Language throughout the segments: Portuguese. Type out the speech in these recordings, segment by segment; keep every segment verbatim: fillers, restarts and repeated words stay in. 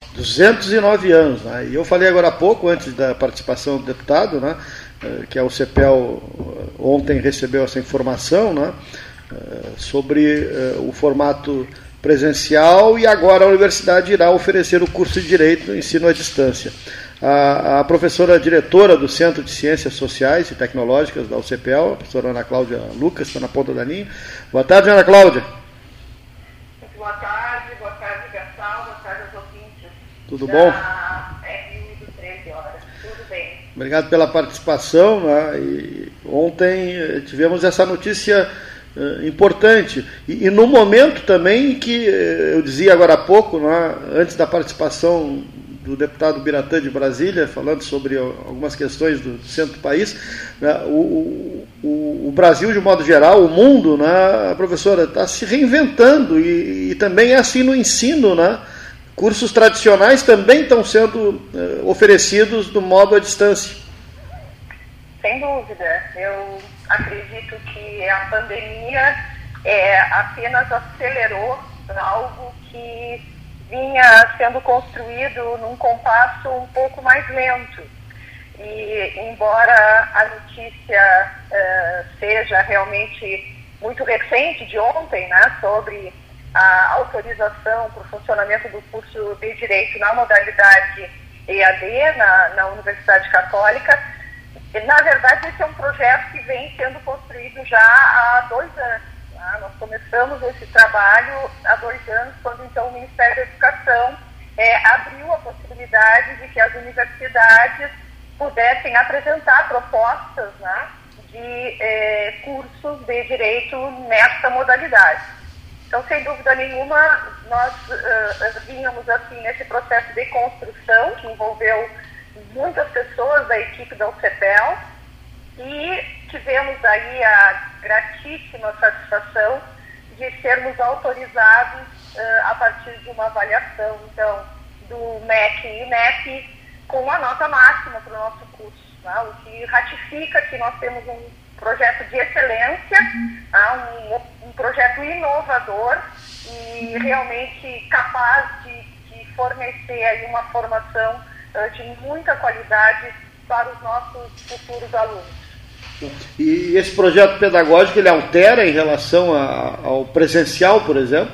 duzentos e nove anos, né? E eu falei agora há pouco, antes da participação do deputado, né, que a UCPEL ontem recebeu essa informação, né, sobre o formato presencial, e agora a universidade irá oferecer o curso de Direito Ensino à Distância. A, a professora diretora do Centro de Ciências Sociais e Tecnológicas da UCPEL, a professora Ana Cláudia Lucas, está na ponta da linha. Boa tarde, Ana Cláudia. Boa tarde, boa tarde, Gastal, boa tarde aos ouvintes. Tudo bom? R U do treze horas, tudo bem. Obrigado pela participação, né? E ontem tivemos essa notícia uh, importante, e, e no momento também que eu dizia agora há pouco, né, antes da participação do deputado Biratã de Brasília, falando sobre algumas questões do centro do país, né, o, o, o Brasil, de modo geral, o mundo, né, a professora, está se reinventando, e, e também é assim no ensino, né? Cursos tradicionais também estão sendo eh, oferecidos do modo à distância. Sem dúvida. Eu acredito que a pandemia é, apenas acelerou algo que vinha sendo construído num compasso um pouco mais lento. E, embora a notícia uh, seja realmente muito recente, de ontem, né, sobre a autorização para o funcionamento do curso de Direito na modalidade E A D na, na Universidade Católica, na verdade esse é um projeto que vem sendo construído já há dois anos. Nós começamos esse trabalho há dois anos, quando então o Ministério da Educação é, abriu a possibilidade de que as universidades pudessem apresentar propostas, né, de é, cursos de direito nessa modalidade. Então, sem dúvida nenhuma, nós uh, vínhamos assim nesse processo de construção, que envolveu muitas pessoas da equipe da UCPEL, e tivemos aí a gratíssima satisfação de sermos autorizados uh, a partir de uma avaliação, então, do M E C e I N E P com a nota máxima para o nosso curso, tá? O que ratifica que nós temos um projeto de excelência, tá? um, um projeto inovador e realmente capaz de, de fornecer aí uma formação uh, de muita qualidade para os nossos futuros alunos. E esse projeto pedagógico, ele altera em relação a, ao presencial, por exemplo?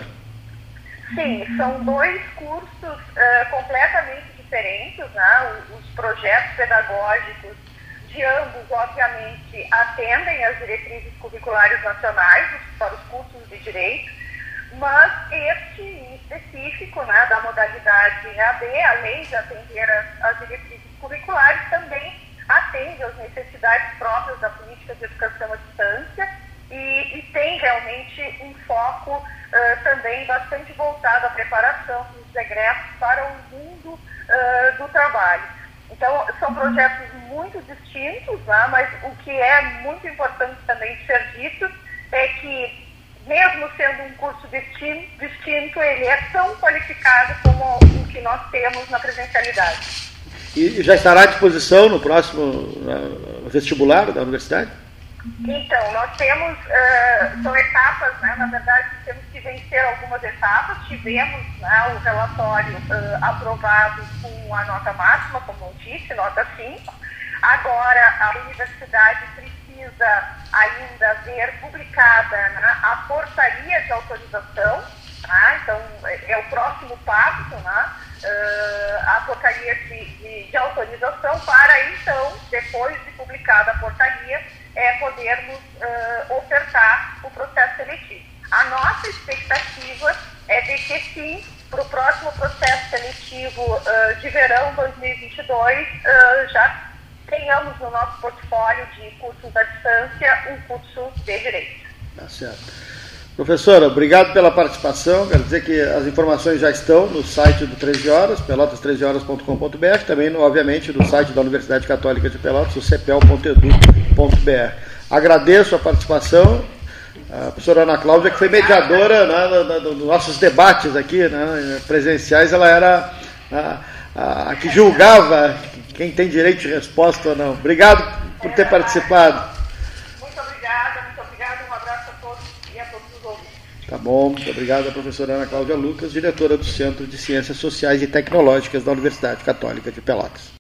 Sim, são dois cursos uh, completamente diferentes, né? Os projetos pedagógicos de ambos, obviamente, atendem às diretrizes curriculares nacionais para os cursos de Direito, mas este em específico, né, da modalidade E A D, além de atender as, as diretrizes curriculares, também atende às necessidades próprias da política de educação à distância e, e tem realmente um foco uh, também bastante voltado à preparação dos egressos para o mundo uh, do trabalho. Então, são projetos muito distintos, né, mas o que é muito importante também de ser dito é que, mesmo sendo um curso distinto, distinto ele é tão qualificado como o que nós temos na presencialidade. E já estará à disposição no próximo uh, vestibular da universidade? Então, nós temos, uh, são etapas, né? Na verdade, temos que vencer algumas etapas. Tivemos, né, o relatório uh, aprovado com a nota máxima, como eu disse, nota cinco. Agora, a universidade precisa ainda ver publicada, né, a portaria de autorização, tá? Então, é o próximo passo, né? Uh, a portaria de, de, de autorização para, então, depois de publicada a portaria, é, podermos uh, ofertar o processo seletivo. A nossa expectativa é de que, sim, para o próximo processo seletivo uh, de verão dois mil e vinte e dois, uh, já tenhamos no nosso portfólio de cursos à distância um curso de Direito. Tá certo. Professora, obrigado pela participação. Quero dizer que as informações já estão no site do treze horas, pelotas treze horas ponto com ponto b r, também, obviamente, no site da Universidade Católica de Pelotas, o cepel ponto edu ponto b r. Agradeço a participação, a professora Ana Cláudia, que foi mediadora, né, dos nossos debates aqui, né, presenciais. Ela era a, a, a que julgava quem tem direito de resposta ou não. Obrigado por ter participado. Muito obrigada, muito obrigada. Um abraço a todos e a todos os ouvintes. Tá bom, muito obrigado, a professora Ana Cláudia Lucas, diretora do Centro de Ciências Sociais e Tecnológicas da Universidade Católica de Pelotas.